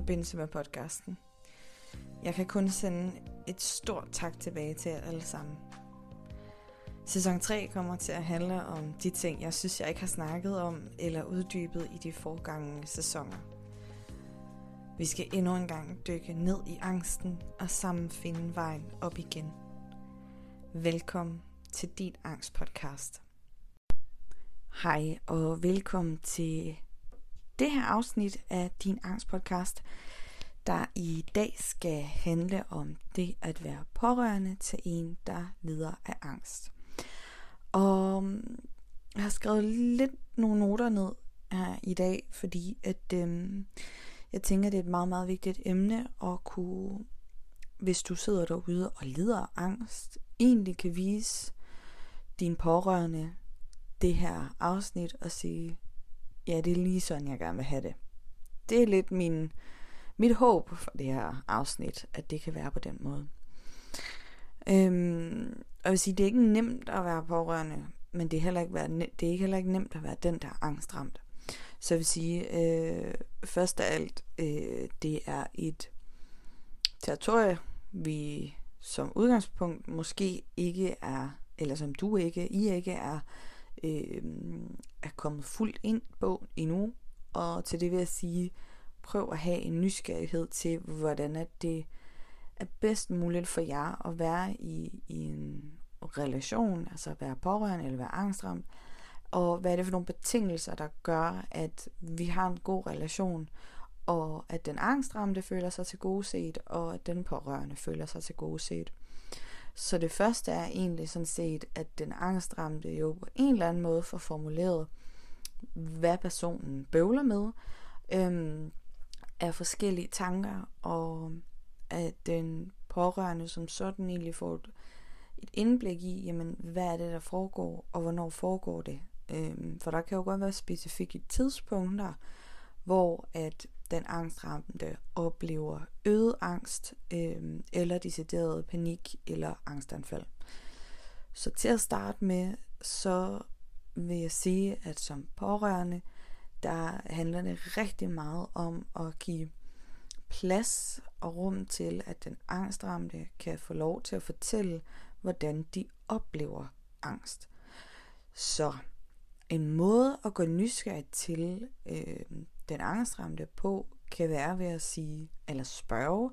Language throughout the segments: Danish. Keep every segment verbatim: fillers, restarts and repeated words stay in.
forbindelse med podcasten. Jeg kan kun sende et stort tak tilbage til jer alle sammen. Sæson tre kommer til at handle om de ting, jeg synes, jeg ikke har snakket om eller uddybet i de forgangne sæsoner. Vi skal endnu en gang dykke ned i angsten og sammen finde vejen op igen. Velkommen til din angstpodcast. Hej og velkommen til det her afsnit af din angstpodcast, der i dag skal handle om det at være pårørende til en, der lider af angst. Og jeg har skrevet lidt nogle noter ned her i dag, fordi at øhm, jeg tænker, det er et meget, meget vigtigt emne at kunne, hvis du sidder derude og lider af angst, egentlig kan vise din pårørende det her afsnit og sige, ja, det er lige sådan, jeg gerne vil have det. Det er lidt min, mit håb for det her afsnit, at det kan være på den måde. Øhm, og jeg vil sige, det er ikke nemt at være pårørende, men det er heller ikke, være, det er ikke heller ikke nemt at være den, der er angstramt. Så jeg vil sige, øh, først af alt, øh, det er et territorie, vi som udgangspunkt måske ikke er, eller som du ikke, I ikke er, øh, er kommet fuldt ind på endnu. Og til det vil jeg sige, prøv at have en nysgerrighed til, hvordan at det er bedst muligt for jer at være i, i en relation, altså at være pårørende eller være angstramt, og hvad er det for nogle betingelser, der gør, at vi har en god relation, og at den angstramte føler sig tilgodeset, og at den pårørende føler sig tilgodeset. Så det første er egentlig sådan set, at den angstramte jo på en eller anden måde får formuleret, hvad personen bøvler med, øhm, af forskellige tanker, og at den pårørende som sådan egentlig får et, et indblik i, jamen, hvad er det, der foregår, og hvornår foregår det. Øhm, for der kan jo godt være specifikke tidspunkter, hvor at den angstramte oplever øget angst, øhm, eller decideret panik eller angstanfald. Så til at starte med, så vil jeg sige, at som pårørende, der handler det rigtig meget om at give plads og rum til, at den angstramte kan få lov til at fortælle, hvordan de oplever angst. Så en måde at gå nysgerrig til øh, den angstramte på, kan være ved at sige, eller spørge,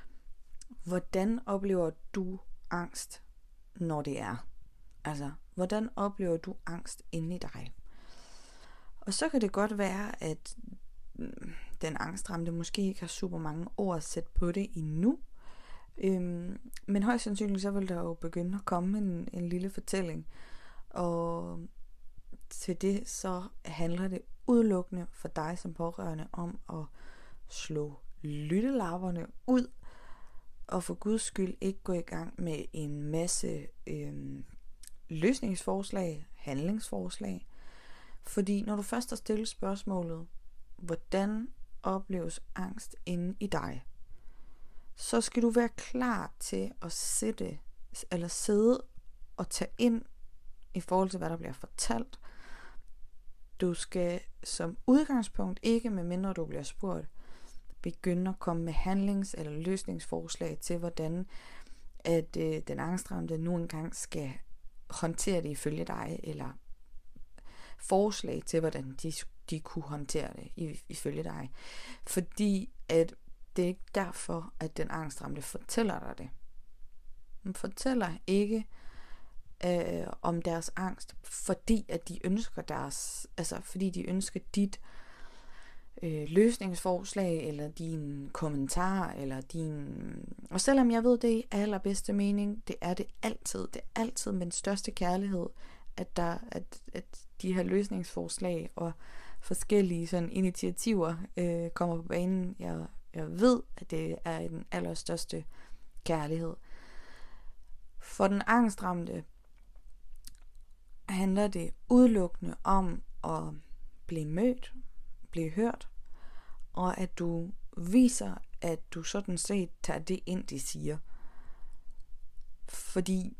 hvordan oplever du angst, når det er? Altså, hvordan oplever du angst inde i dig? Og så kan det godt være, at den angstramte måske ikke har super mange ord at sætte på det endnu. Øhm, men højst sandsynligt så vil der jo begynde at komme en, en lille fortælling. Og til det så handler det udelukkende for dig som pårørende om at slå lyttelapperne ud. Og for Guds skyld ikke gå i gang med en masse øhm, løsningsforslag, handlingsforslag. Fordi når du først har stillet spørgsmålet, hvordan opleves angst inde i dig, så skal du være klar til at sætte, eller sidde og tage ind i forhold til, hvad der bliver fortalt. Du skal som udgangspunkt ikke, medmindre du bliver spurgt, begynde at komme med handlings- eller løsningsforslag til, hvordan at øh, den angstramte nu engang skal håndtere det ifølge dig, eller forslag til, hvordan de, de kunne håndtere det ifølge dig. Fordi at det er ikke derfor, at den angstramte fortæller dig det. Den fortæller ikke øh, om deres angst, fordi at de ønsker deres, altså fordi de ønsker dit øh, løsningsforslag, eller din kommentar, eller din, og selvom jeg ved det i allerbedste mening, det er det altid, det er altid med den største kærlighed, at der, at, at de her løsningsforslag og forskellige sådan initiativer øh, kommer på banen. Jeg, jeg ved, at det er den allerstørste kærlighed. For den angstramte handler det udelukkende om at blive mødt, blive hørt, og at du viser, at du sådan set tager det ind, de siger. Fordi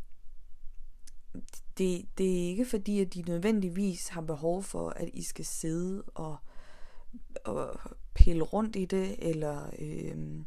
det, det er ikke fordi, at de nødvendigvis har behov for, at I skal sidde og at pille rundt i det, eller øh,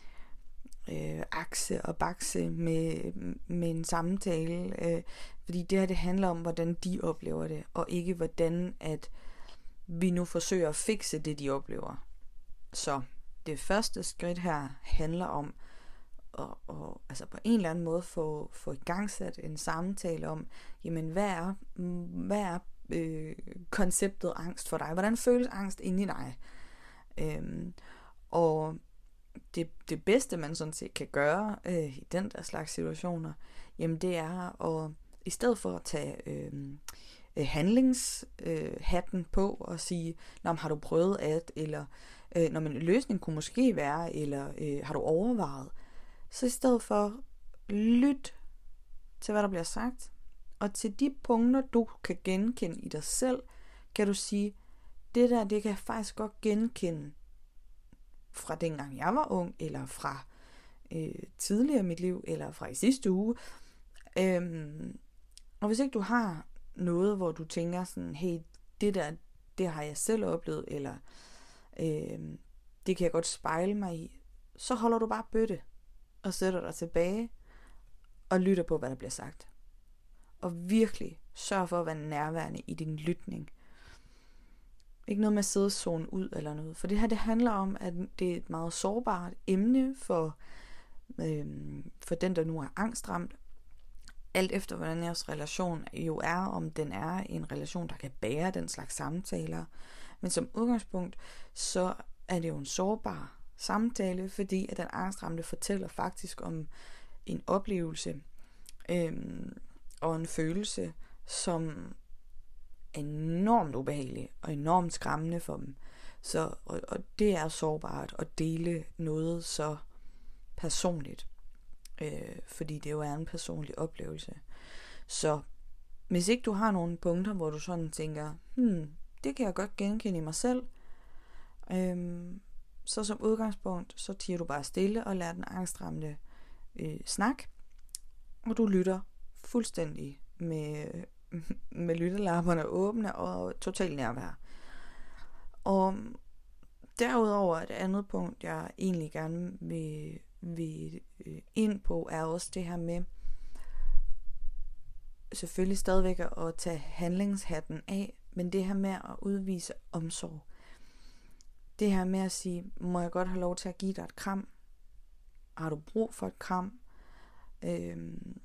øh, akse og bakse med, med en samtale, øh, fordi det her, det handler om, hvordan de oplever det, og ikke hvordan, at vi nu forsøger at fikse det, de oplever. Så det første skridt her handler om at, at altså på en eller anden måde få, få igangsat en samtale om, jamen hvad er, hvad er øh, konceptet angst for dig? Hvordan føles angst inde i dig? Øhm, og det, det bedste, man sådan set kan gøre øh, i den der slags situationer, jamen det er at, i stedet for at tage øh, handlingshatten øh, på og sige, nå, har du prøvet at, eller øh, når en løsning kunne måske være, eller øh, har du overvejet, så i stedet for lyt til, hvad der bliver sagt, og til de punkter, du kan genkende i dig selv, kan du sige, det der, det kan jeg faktisk godt genkende fra dengang jeg var ung, eller fra øh, tidligere i mit liv, eller fra i sidste uge. Øhm, og hvis ikke du har noget, hvor du tænker sådan, hey, det der, det har jeg selv oplevet, eller øh, det kan jeg godt spejle mig i, så holder du bare bøtte, og sætter dig tilbage, og lytter på, hvad der bliver sagt. Og virkelig sørg for at være nærværende i din lytning. Ikke noget med at sidde og zone ud eller noget. For det her, det handler om, at det er et meget sårbart emne for, øh, for den, der nu er angstramt. Alt efter, hvordan jeres relation jo er, om den er en relation, der kan bære den slags samtaler. Men som udgangspunkt, så er det jo en sårbar samtale, fordi at den angstramte fortæller faktisk om en oplevelse øh, og en følelse, som enormt ubehagelig og enormt skræmmende for dem. Så, og, og det er sårbart at dele noget så personligt, øh, fordi det jo er en personlig oplevelse. Så hvis ikke du har nogle punkter, hvor du sådan tænker, hmm, det kan jeg godt genkende i mig selv, øh, så som udgangspunkt, så tiger du bare stille og lader den angstramte øh, snak, og du lytter fuldstændig med med lyttelapperne åbne og total nærvær. Og derudover et andet punkt, jeg egentlig gerne vil, vil ind på, er også det her med selvfølgelig stadigvæk at tage handlingshatten af, men det her med at udvise omsorg. Det her med at sige, må jeg godt have lov til at give dig et kram? Har du brug for et kram? Øhm,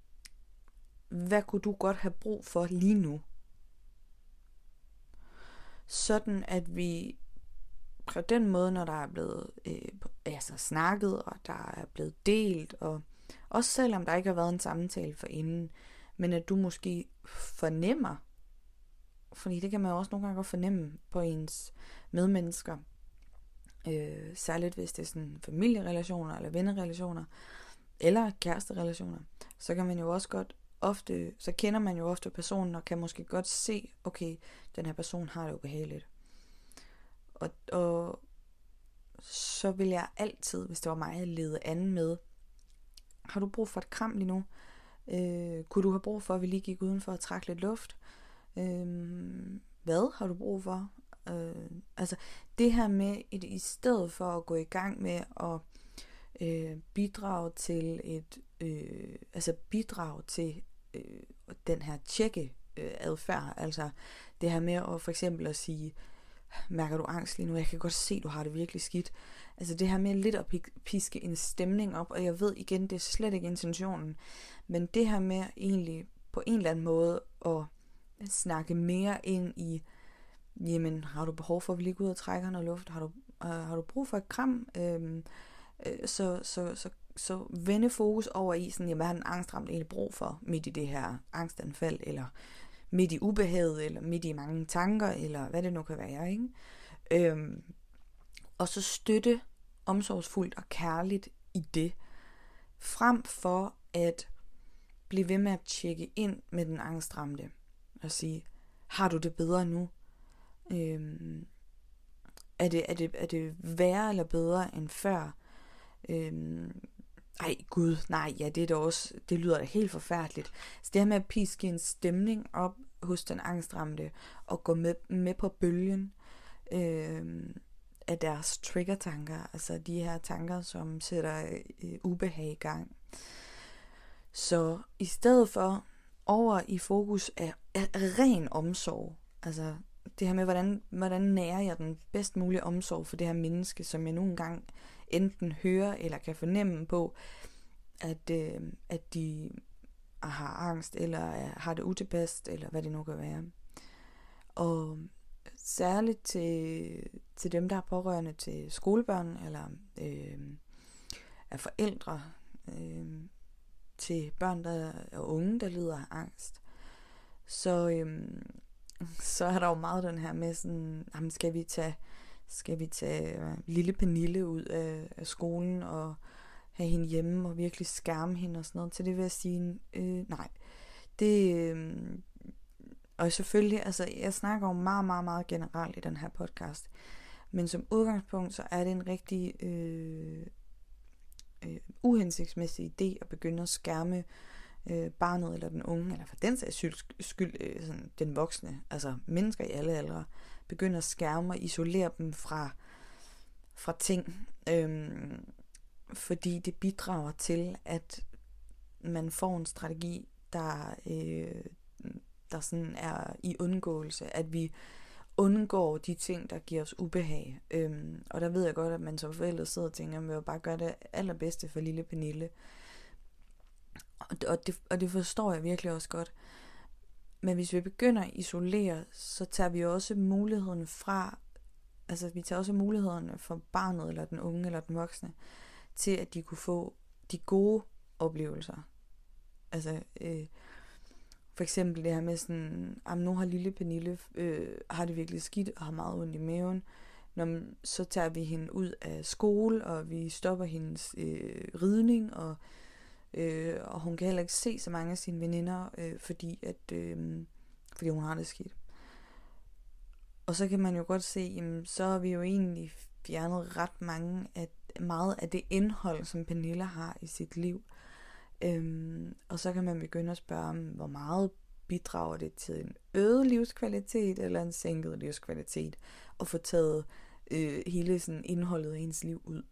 Hvad kunne du godt have brug for lige nu? Sådan at vi på den måde, når der er blevet øh, altså snakket, og der er blevet delt, og også selvom der ikke har været en samtale for inden, men at du måske fornemmer, fordi det kan man også nogle gange godt fornemme på ens medmennesker, øh, særligt hvis det er sådan familierelationer, eller vennerelationer, eller kæresterelationer, så kan man jo også godt ofte, så kender man jo ofte personen, og kan måske godt se, okay, den her person har det ubehageligt. Og, og så vil jeg altid, hvis det var mig, lede an med, har du brug for et kram lige nu? Øh, kunne du have brug for, at vi lige gik udenfor og trak lidt luft? Øh, hvad har du brug for? Øh, altså det her med, et, i stedet for at gå i gang med at øh, bidrage til et, øh, altså bidrage til øh, den her tjekke øh, adfærd, altså det her med at for eksempel at sige, mærker du angst lige nu? Jeg kan godt se, du har det virkelig skidt. Altså det her med lidt at piske en stemning op, og jeg ved igen, det er slet ikke intentionen, men det her med egentlig på en eller anden måde at snakke mere ind i, jamen har du behov for at vi lige går ud og trækker noget luft? Har du, uh, har du brug for et kram? Øhm, øh, så, så, så, så vende fokus over i, sådan, jamen, hvad har den angstramt egentlig brug for midt i det her angstanfald, eller midt i ubehaget, eller midt i mange tanker, eller hvad det nu kan være, ikke? Øhm, og så støtte omsorgsfuldt og kærligt i det, frem for at blive ved med at tjekke ind med den angstramte, og sige, har du det bedre nu? Øhm, er, det, er, det, er det værre eller bedre end før? Øhm, ej gud, nej, ja, det er da også, det lyder da helt forfærdeligt. Så det her med at piske en stemning op hos den angstramte, og gå med, med på bølgen, øh, af deres trigger-tanker, altså de her tanker, som sætter øh, ubehag i gang. Så i stedet for over i fokus af, af, af ren omsorg, altså det her med, hvordan, hvordan nærer jeg den bedst mulige omsorg for det her menneske, som jeg nogle gange enten hører eller kan fornemme på, at, øh, at de har angst, eller har det utilpasset, eller hvad det nu kan være. Og særligt til, til dem, der er pårørende til skolebørn, eller øh, er forældre øh, til børn der, og unge, der lider af angst, så, øh, så er der jo meget den her med sådan, jamen, skal vi tage, skal vi tage øh, lille Pernille ud af, af skolen, og have hende hjemme, og virkelig skærme hende, og sådan noget. Til det vil jeg sige, øh, nej. Det, øh, og selvfølgelig, altså, jeg snakker jo meget, meget, meget generelt i den her podcast, men som udgangspunkt, så er det en rigtig øh, øh, uhensigtsmæssig idé at begynde at skærme øh, barnet eller den unge, eller for den sags skyld, skyld øh, sådan, den voksne, altså mennesker i alle aldre, begynde at skærme og isolere dem fra, fra ting, øh, fordi det bidrager til, at man får en strategi, der, øh, der sådan er i undgåelse, at vi undgår de ting, der giver os ubehag. Øhm, og der ved jeg godt, at man som forældre sidder og tænker, at man vil bare gøre det allerbedste for lille Pernille. Og, og, det, og det forstår jeg virkelig også godt. Men hvis vi begynder at isolere, så tager vi også muligheden fra, altså vi tager også mulighederne for barnet, eller den unge, eller den voksne, til at de kunne få de gode oplevelser. Altså, øh, for eksempel det her med sådan, at nu har lille Pernille, øh, har det virkelig skidt, og har meget ondt i maven. Når, så tager vi hende ud af skole, og vi stopper hendes øh, ridning, og, øh, og hun kan heller ikke se så mange af sine veninder, øh, fordi, at, øh, fordi hun har det skidt. Og så kan man jo godt se, jamen, så har vi jo egentlig fjernet ret mange af, meget af det indhold, som Pernille har i sit liv. Øhm, og så kan man begynde at spørge, hvor meget bidrager det til en øget livskvalitet eller en sænket livskvalitet, og få taget øh, hele sådan indholdet af ens liv ud.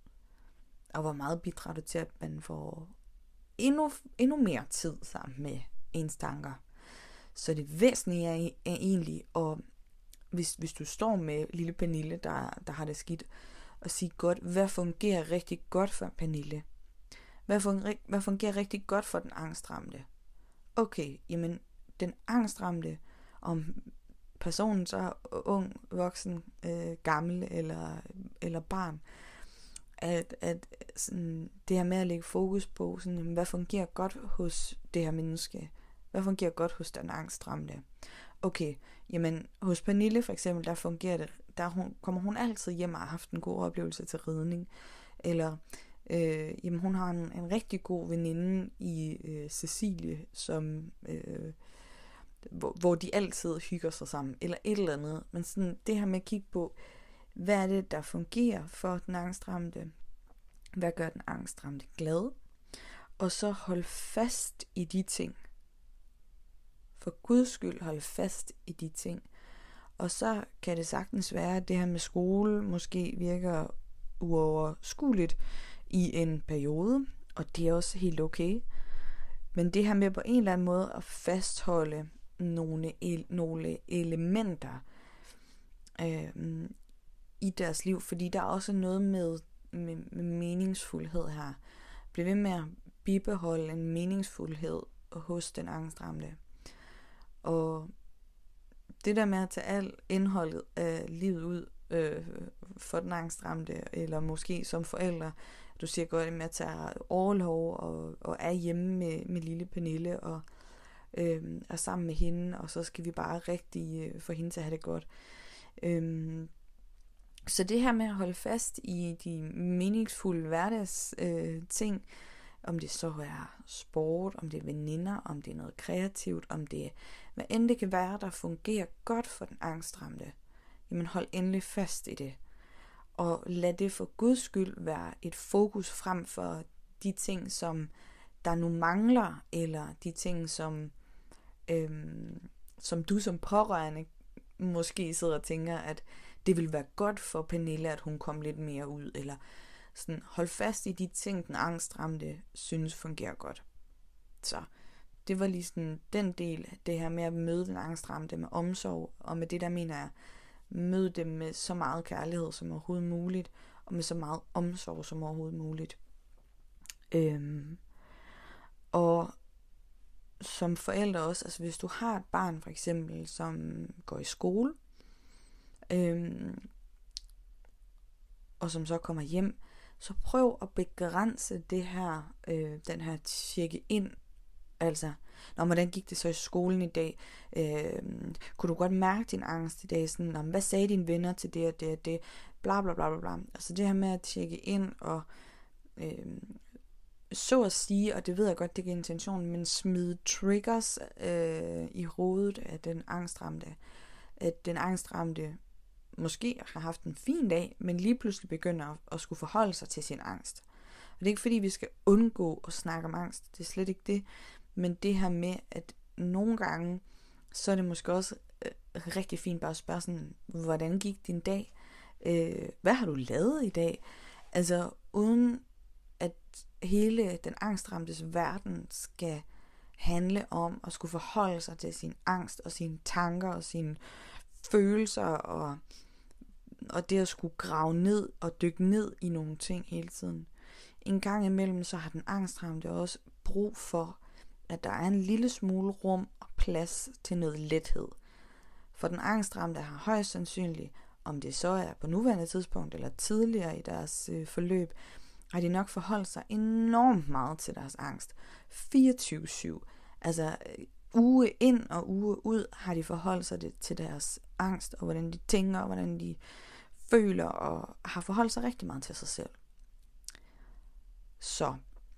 Og hvor meget bidrager det til, at man får endnu, endnu mere tid sammen med ens tanker. Så det væsentlige er, er egentlig, og hvis, hvis du står med lille Pernille, der, der har det skidt, og sige godt, hvad fungerer rigtig godt for Pernille? Hvad fungerer, hvad fungerer rigtig godt for den angstramte? Okay, jamen, den angstramte, om personen så er ung, voksen, øh, gammel eller, eller barn, at, at sådan, det her med at lægge fokus på, sådan, hvad fungerer godt hos det her menneske? Hvad fungerer godt hos den angstramte? Okay, jamen, hos Pernille for eksempel, der fungerer det, der hun, kommer hun altid hjem og har haft en god oplevelse til ridning, eller Øh, jamen hun har en, en rigtig god veninde i øh, Cecilie, som øh, hvor, hvor de altid hygger sig sammen, eller et eller andet. Men sådan det her med at kigge på, hvad er det, der fungerer for den angstramte? Hvad gør den angstramte glad? Og så hold fast i de ting. For Guds skyld hold fast i de ting. Og så kan det sagtens være, at det her med skole måske virker uoverskueligt i en periode, og det er også helt okay. Men det her med på en eller anden måde at fastholde nogle, el- nogle elementer øh, i deres liv, fordi der er også noget med, med, med meningsfuldhed her. Bliv ved med at bibeholde en meningsfuldhed hos den angstramte. Og det der med at tage alt indholdet af livet ud øh, for den angstramte, eller måske som forældre, du siger godt med at tage overlov og, og er hjemme med, med lille Pernille og øh, er sammen med hende, og så skal vi bare rigtig øh, få hende til at have det godt. Øh, så det her med at holde fast i de meningsfulde hverdags øh, ting, om det så er sport, om det er veninder, om det er noget kreativt, om det er hvad end det kan være, der fungerer godt for den angstramte, jamen hold endelig fast i det. Og lad det for Guds skyld være et fokus frem for de ting, som der nu mangler, eller de ting, som, øhm, som du som pårørende måske sidder og tænker, at det ville være godt for Pernille, at hun kom lidt mere ud, eller sådan, hold fast i de ting, den angstramte synes fungerer godt. Så det var lige sådan den del, det her med at møde den angstramte med omsorg, og med det der mener jeg, møde dem med så meget kærlighed som overhovedet muligt, og med så meget omsorg som overhovedet muligt. Øhm, og som forældre også, altså hvis du har et barn for eksempel, som går i skole, øhm, og som så kommer hjem, så prøv at begrænse det her, øh, den her tjekke ind. Altså, når hvordan gik det så i skolen i dag? Øh, kunne du godt mærke din angst i dag? Sådan, hvad sagde dine venner til det og det og det? Bla bla bla bla bla. Altså det her med at tjekke ind og øh, så at sige, og det ved jeg godt, det er ikke intentionen, men smide triggers øh, i hovedet af den angstramte. At den angstramte måske har haft en fin dag, men lige pludselig begynder at, at skulle forholde sig til sin angst. Og det er ikke fordi, vi skal undgå at snakke om angst. Det er slet ikke det. Men det her med, at nogle gange, så er det måske også øh, rigtig fint bare at spørge sådan, hvordan gik din dag? Øh, hvad har du lavet i dag? Altså uden at hele den angstramtes verden skal handle om at skulle forholde sig til sin angst og sine tanker og sine følelser og, og det at skulle grave ned og dykke ned i nogle ting hele tiden. En gang imellem, så har den angstramte også brug for, at der er en lille smule rum og plads til noget lethed. For den angstramte har højst sandsynligt, om det så er på nuværende tidspunkt eller tidligere i deres øh, forløb, har de nok forholdt sig enormt meget til deres angst. fireogtyve syv. Altså øh, uge ind og uge ud har de forholdt sig det, til deres angst, og hvordan de tænker, og hvordan de føler, og har forholdt sig rigtig meget til sig selv. Så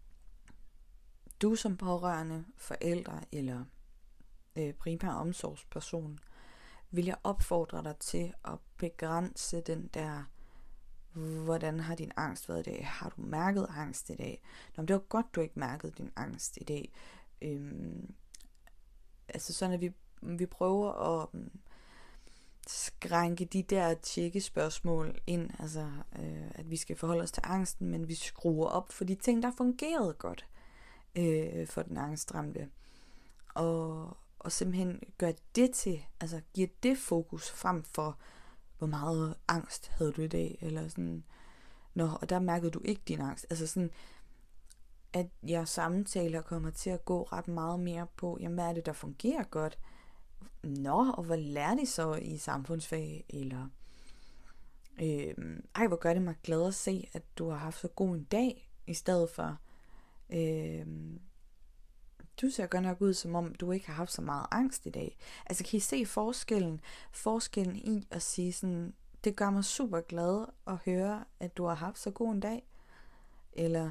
du som pårørende, forældre eller øh, primær omsorgsperson, vil jeg opfordre dig til at begrænse den der, hvordan har din angst været i dag? Har du mærket angst i dag? Nå, men det var godt, du ikke mærkede din angst i dag. Øhm, altså sådan, at vi, vi prøver at um, skrænke de der tjekkespørgsmål ind, altså øh, at vi skal forholde os til angsten, men vi skruer op for de ting, der fungerede godt øh, for den angstramte. Og, og simpelthen gør det til, altså giver det fokus frem for, hvor meget angst havde du i dag, eller sådan, nå, og der mærkede du ikke din angst. Altså sådan, at jeres samtaler kommer til at gå ret meget mere på, jamen hvad er det, der fungerer godt? Nå, og hvad lærer de så i samfundsfag? Eller, øh, ej, hvor gør det mig glad at se, at du har haft så god en dag, i stedet for, øh, du ser godt nok ud, som om du ikke har haft så meget angst i dag. Altså kan I se forskellen? Forskellen i at sige sådan, det gør mig super glad at høre, at du har haft så god en dag. Eller,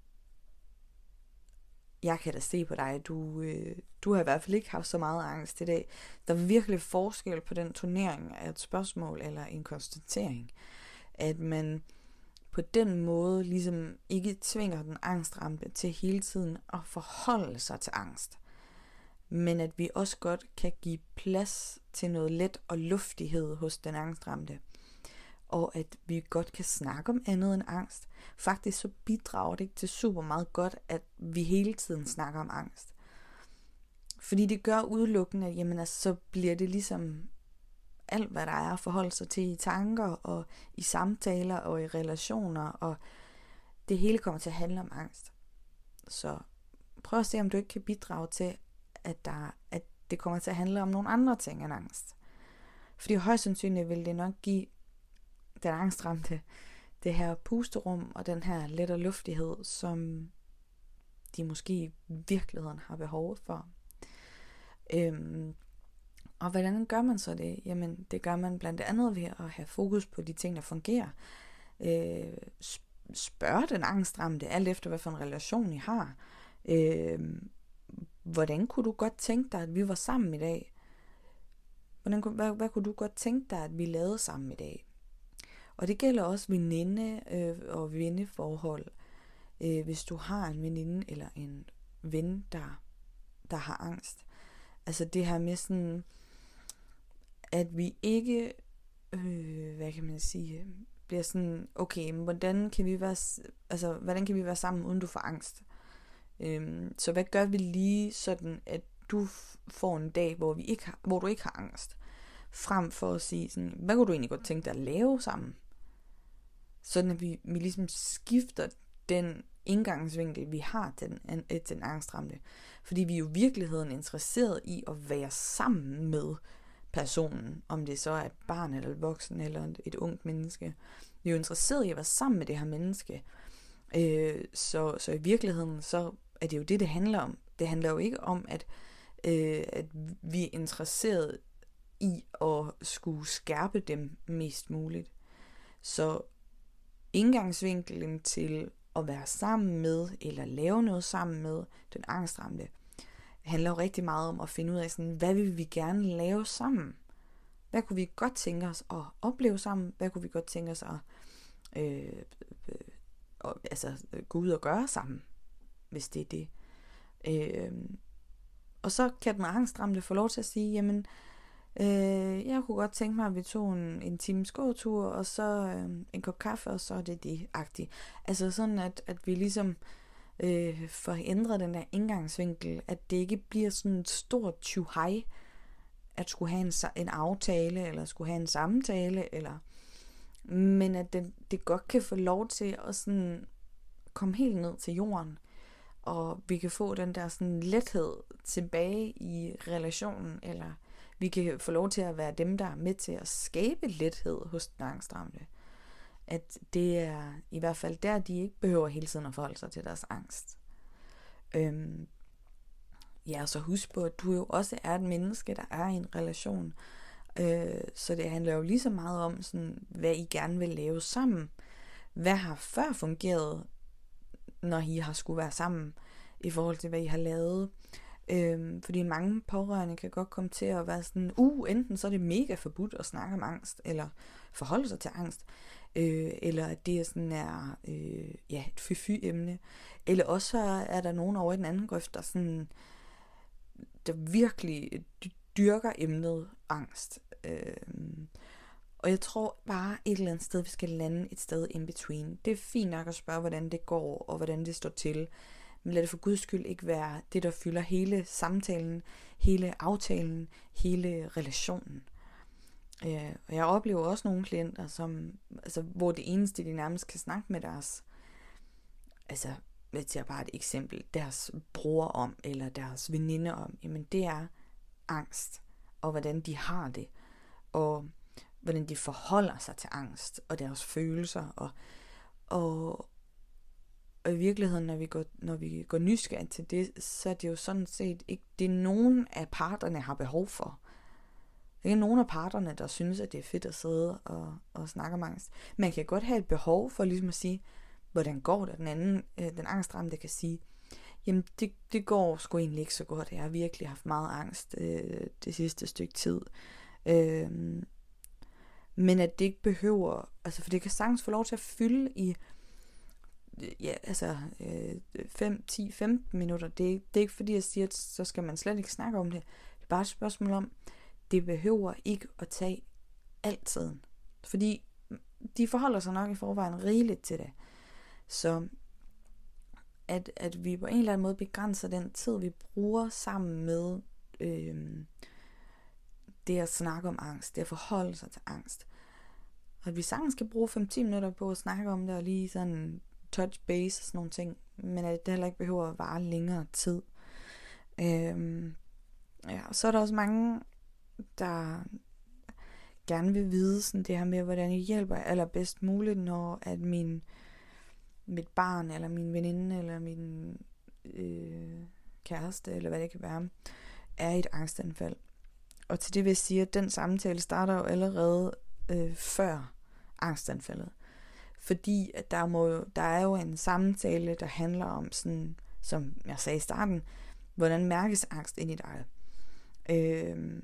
jeg kan da se på dig, du, øh, du har i hvert fald ikke haft så meget angst i dag. Der er virkelig forskel på den turnering af et spørgsmål eller en konstatering. At man på den måde ligesom ikke tvinger den angstramte til hele tiden at forholde sig til angst. Men at vi også godt kan give plads til noget let og luftighed hos den angstramte. Og at vi godt kan snakke om andet end angst. Faktisk så bidrager det ikke til super meget godt, at vi hele tiden snakker om angst. Fordi det gør udelukkende, at jamen, altså, så bliver det ligesom alt, hvad der er at forholde sig til i tanker og i samtaler og i relationer, og det hele kommer til at handle om angst. Så prøv at se, om du ikke kan bidrage til, at, der, at det kommer til at handle om nogle andre ting end angst. Fordi højst sandsynligt vil det nok give den angstramte det her pusterum og den her let og luftighed, som de måske i virkeligheden har behov for. Øhm, og hvordan gør man så det? Jamen, det gør man blandt andet ved at have fokus på de ting, der fungerer. Øh, spørg den angstramte, alt efter hvad for en relation I har. Øh, hvordan kunne du godt tænke dig, at vi var sammen i dag? Hvordan, hvad, hvad kunne du godt tænke dig, at vi lavede sammen i dag? Og det gælder også veninde øh, og venneforhold. Øh, hvis du har en veninde eller en ven, der, der har angst. Altså det her med sådan, at vi ikke øh, hvad kan man sige, bliver sådan, okay, men hvordan kan vi være, altså, hvordan kan vi være sammen, uden du får angst? Øhm, så hvad gør vi lige sådan, at du får en dag, hvor, vi ikke har, hvor du ikke har angst? Frem for at sige sådan, hvad kunne du egentlig godt tænke dig at lave sammen? Sådan at vi, vi ligesom skifter den indgangsvinkel, vi har til den, til den angstramte. Fordi vi er jo i virkeligheden interesseret i at være sammen med personen, om det så er et barn eller et voksen eller et ungt menneske. Vi er jo interesseret i at være sammen med det her menneske. Øh, så, så i virkeligheden, så er det jo det, det handler om. Det handler jo ikke om, at, øh, at vi er interesseret i at skulle skærpe dem mest muligt. Så indgangsvinkelen til at være sammen med, eller lave noget sammen med den angstramte, handler jo rigtig meget om at finde ud af, sådan, hvad vil vi gerne lave sammen? Hvad kunne vi godt tænke os at opleve sammen? Hvad kunne vi godt tænke os at øh, øh, øh, altså, gå ud og gøre sammen, hvis det er det? Øh, og så kan den angstramte få lov til at sige, jamen, øh, jeg kunne godt tænke mig, at vi tog en, en times gåtur, og så øh, en kop kaffe, og så er det det-agtigt. Altså sådan, at, at vi ligesom øh, får ændret den der indgangsvinkel, at det ikke bliver sådan et stort tjuhej, at skulle have en, en aftale, eller skulle have en samtale, eller, men at det, det godt kan få lov til at sådan komme helt ned til jorden, og vi kan få den der sådan lethed tilbage i relationen, eller vi kan få lov til at være dem, der er med til at skabe lethed hos den angstramte. At det er i hvert fald der, de ikke behøver hele tiden at forholde sig til deres angst. Øhm, ja, så husk på, at du jo også er et menneske, der er i en relation. Øh, så det handler jo lige så meget om, sådan, hvad I gerne vil lave sammen. Hvad har før fungeret, når I har skulle være sammen, i forhold til, hvad I har lavet. Øhm, fordi mange pårørende kan godt komme til at være sådan, uh, enten så er det mega forbudt at snakke om angst, eller forholde sig til angst, øh, eller at det er sådan er, øh, ja, et fy-fy-emne, eller også er der nogen over i den anden grøft, der sådan, der virkelig dyrker emnet angst. Øh, og jeg tror bare et eller andet sted, vi skal lande et sted in between. Det er fint nok at spørge, hvordan det går, og hvordan det står til. Men lad det for guds skyld ikke være det, der fylder hele samtalen, hele aftalen, hele relationen. Øh, og jeg oplever også nogle klienter, som, altså, hvor det eneste, de nærmest kan snakke med deres, altså, lad os bare et eksempel, deres bror om, eller deres veninde om, jamen det er angst, og hvordan de har det, og hvordan de forholder sig til angst, og deres følelser, og, og Og i virkeligheden, når vi går, når vi går nysgerrigt til det, så er det jo sådan set ikke det, nogen af parterne har behov for. Det er ikke nogen af parterne, der synes, at det er fedt at sidde og, og snakke om angst. Man kan godt have et behov for ligesom at sige, hvordan går det? Den anden, øh, den angstramte kan sige, jamen det, det går sgu egentlig ikke så godt. Jeg har virkelig haft meget angst øh, det sidste stykke tid. Øh, men at det ikke behøver, altså for det kan sagtens få lov til at fylde i ja, altså fem, ti, femten minutter. Det, det er ikke fordi, jeg siger, at så skal man slet ikke snakke om det. Det er bare et spørgsmål om, det behøver ikke at tage altid. Fordi de forholder sig nok i forvejen rigeligt til det. Så at, at vi på en eller anden måde begrænser den tid, vi bruger sammen med øh, det at snakke om angst, det at forholde sig til angst. Og at vi sagtens skal bruge fem til ti minutter på at snakke om det, og lige sådan touch base og sådan nogle ting, men at det heller ikke behøver at vare længere tid. Øhm, ja, og så er der også mange, der gerne vil vide sådan det her med, hvordan jeg hjælper allerbedst muligt, når at min mit barn, eller min veninde, eller min øh, kæreste, eller hvad det kan være, er i et angstanfald. Og til det vil jeg sige, at den samtale starter jo allerede øh, før angstanfaldet. Fordi at der, må, der er jo en samtale, der handler om, sådan, som jeg sagde i starten, hvordan mærkes angst ind i dig. Øh,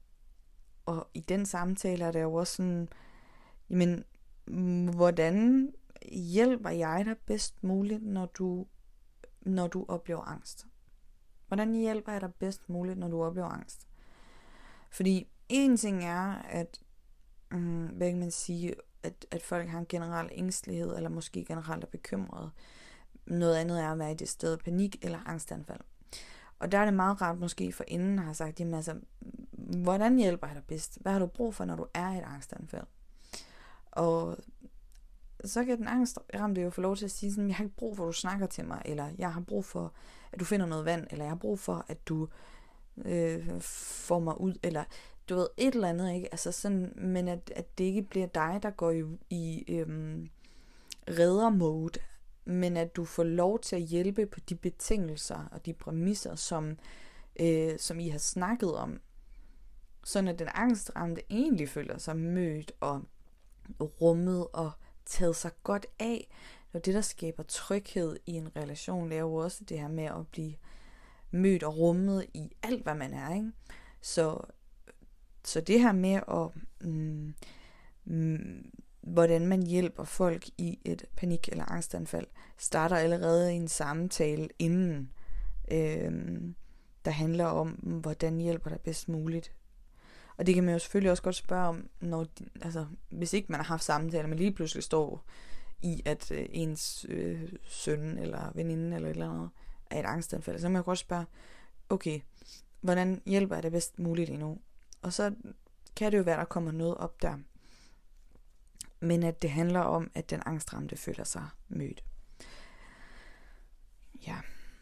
og i den samtale er der jo også sådan, jamen, hvordan hjælper jeg dig bedst muligt, når du, når du oplever angst? Hvordan hjælper jeg dig bedst muligt, når du oplever angst? Fordi en ting er, at mm, hvad kan man sige, at, at folk har en generel ængstelighed, eller måske generelt er bekymrede. Noget andet er at være i det sted panik eller angstanfald. Og der er det meget rart måske for inden har sagt, jamen altså, hvordan hjælper jeg dig bedst? Hvad har du brug for, når du er i et angstanfald? Og så kan den angstramte jo få lov til at sige sådan, jeg har ikke brug for, at du snakker til mig, eller jeg har brug for, at du finder noget vand, eller jeg har brug for, at du øh, får mig ud, eller du ved, et eller andet, ikke? Altså sådan, men at, at det ikke bliver dig, der går i, i øhm, redder-mode, men at du får lov til at hjælpe på de betingelser og de præmisser, som, øh, som I har snakket om, sådan at den angstramte egentlig føler sig mødt og rummet og taget sig godt af. Og det, der skaber tryghed i en relation, det er jo også det her med at blive mødt og rummet i alt, hvad man er, ikke? Så, så det her med at mm, mm, hvordan man hjælper folk i et panik- eller angstanfald, starter allerede i en samtale inden, øh, der handler om, hvordan hjælper dig bedst muligt. Og det kan man jo selvfølgelig også godt spørge om, når de, altså, hvis ikke man har haft samtaler, men lige pludselig står i, at øh, ens øh, søn eller veninde eller et eller andet er et angstanfald, så kan man jo godt spørge, okay, hvordan hjælper jeg det bedst muligt endnu? Og så kan det jo være, der kommer noget op der. Men at det handler om, at den angstramte føler sig mødt. Ja.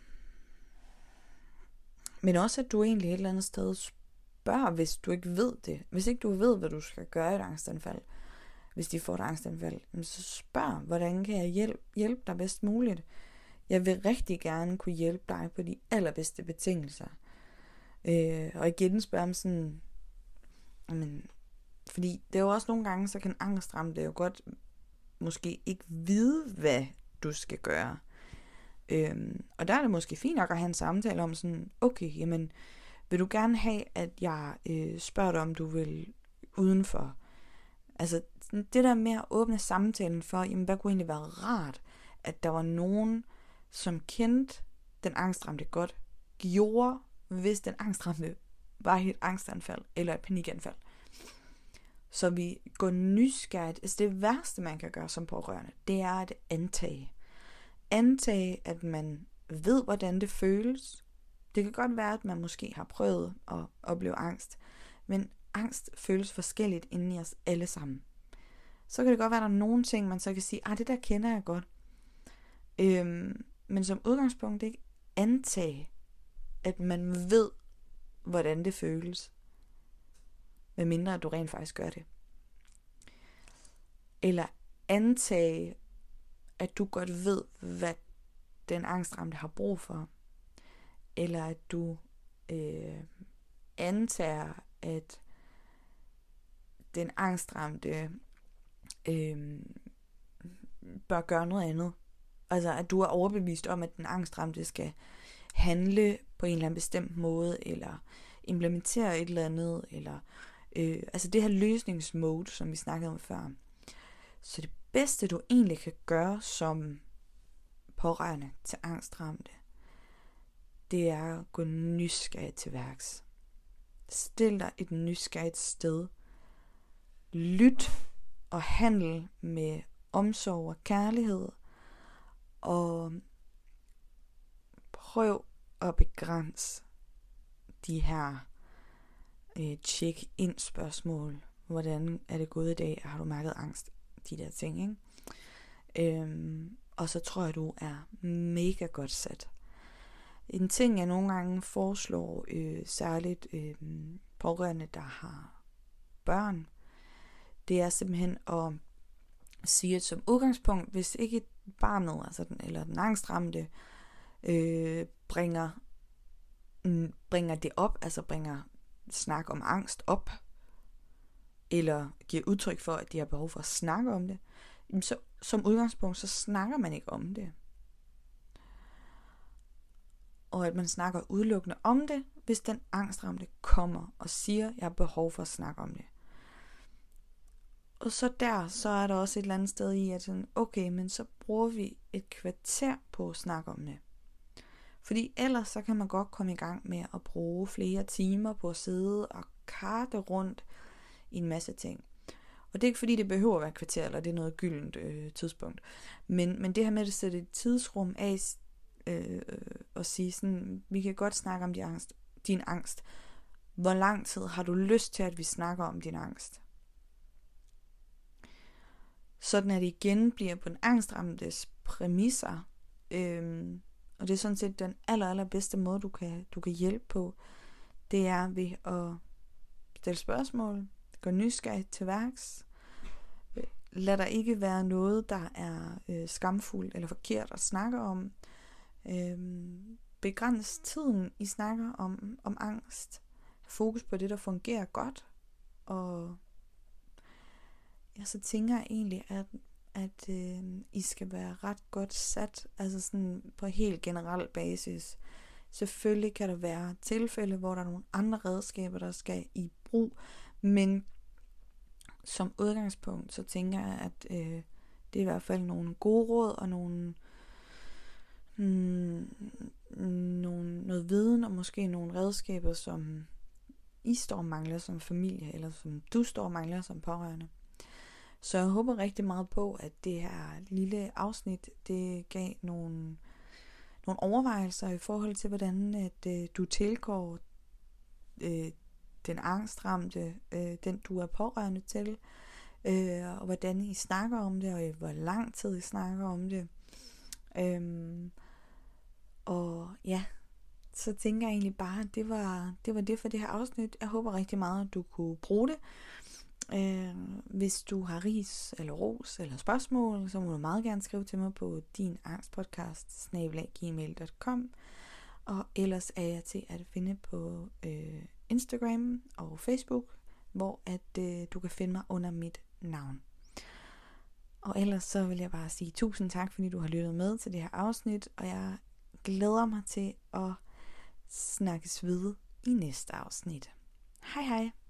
Men også, at du egentlig et eller andet sted spørger, hvis du ikke ved det. Hvis ikke du ved, hvad du skal gøre i et angstanfald. Hvis de får et angstanfald, så spørg, hvordan kan jeg hjælpe, hjælpe dig bedst muligt? Jeg vil rigtig gerne kunne hjælpe dig på de allerbedste betingelser. Øh, og igen spørge om sådan, men, fordi det er jo også nogle gange, så kan angstramte jo godt måske ikke vide, hvad du skal gøre. Øhm, og der er det måske fint nok at have en samtale om sådan, okay, jamen, vil du gerne have, at jeg øh, spørger dig, om du vil udenfor? Altså, det der med at åbne samtalen for, jamen, hvad kunne egentlig være rart, at der var nogen, som kendte den angstramte godt, gjorde, hvis den angstramte var i et angstanfald eller et panikanfald. Så vi går nysgerrigt. Altså det værste, man kan gøre som pårørende, det er at antage. Antage, at man ved, hvordan det føles. Det kan godt være, at man måske har prøvet at opleve angst, men angst føles forskelligt inden i os alle sammen. Så kan det godt være, at der er nogle ting, man så kan sige, ah, det der kender jeg godt. Øhm, men som udgangspunkt ikke antage, at man ved, hvordan det føles. Medmindre at du rent faktisk gør det. Eller antage, at du godt ved, hvad den angstramte har brug for. Eller at du øh, antager, at den angstramte øh, bør gøre noget andet. Altså at du er overbevist om, at den angstramte skal handle på en eller anden bestemt måde, eller implementere et eller andet, eller øh, altså det her løsningsmode, som vi snakkede om før. Så det bedste, du egentlig kan gøre som pårørende til angstramte, det er at gå nysgerrigt til værks. Stil dig et nysgerrigt sted. Lyt og handle med omsorg og kærlighed, og prøv at begrænse de her øh, check-in spørgsmål. Hvordan er det gået i dag? Har du mærket angst? De der ting, ikke? Øhm, og så tror jeg, du er mega godt sat. En ting, jeg nogle gange foreslår, øh, særligt øh, pårørende, der har børn, det er simpelthen at sige, at som udgangspunkt, hvis ikke barnet, altså den, eller den angstramte, øh, bringer, mm, bringer det op, altså bringer snak om angst op, eller giver udtryk for, at de har behov for at snakke om det, så som udgangspunkt, så snakker man ikke om det. Og at man snakker udelukkende om det, hvis den angstramte kommer og siger, jeg har behov for at snakke om det. Og så der, så er der også et eller andet sted i, at sådan, okay, men så bruger vi et kvarter på at snakke om det. Fordi ellers så kan man godt komme i gang med at bruge flere timer på at sidde og karte rundt i en masse ting. Og det er ikke fordi, det behøver at være et kvarter, eller det er noget gyldent øh, tidspunkt. Men, men det her med at sætte et tidsrum af, øh, og sige sådan, vi kan godt snakke om din angst, din angst. Hvor lang tid har du lyst til, at vi snakker om din angst? Sådan at det igen bliver på den angstramtes præmisser. Øhm, og det er sådan set den aller, aller bedste måde, du kan, du kan hjælpe på. Det er ved at stille spørgsmål, gå nysgerrig til værks. Lad der ikke være noget, der er øh, skamfuldt eller forkert at snakke om. Øhm, begræns tiden, I snakker om, om angst. Fokus på det, der fungerer godt. Og ja, så tænker jeg egentlig, at, at øh, I skal være ret godt sat, altså sådan på helt generel basis. Selvfølgelig kan der være tilfælde, hvor der er nogle andre redskaber, der skal i brug, men som udgangspunkt, så tænker jeg, at øh, det er i hvert fald nogle gode råd og nogle, mm, nogle noget viden og måske nogle redskaber, som I står og mangler som familie, eller som du står og mangler som pårørende. Så jeg håber rigtig meget på, at det her lille afsnit, det gav nogle, nogle overvejelser i forhold til, hvordan at, øh, du tilgår øh, den angstramte, øh, den du er pårørende til, øh, og hvordan I snakker om det, og i hvor lang tid I snakker om det. Øhm, og ja, så tænker jeg egentlig bare, at det var, det var det for det her afsnit. Jeg håber rigtig meget, at du kunne bruge det. Øh, hvis du har ris eller ros eller spørgsmål, så må du meget gerne skrive til mig på din angstpodcast bindestreg gmail punktum com, og ellers er jeg til at finde på øh, Instagram og Facebook, hvor at øh, du kan finde mig under mit navn. Og ellers så vil jeg bare sige tusind tak, fordi du har lyttet med til det her afsnit, og jeg glæder mig til at snakkes videre i næste afsnit. Hej hej!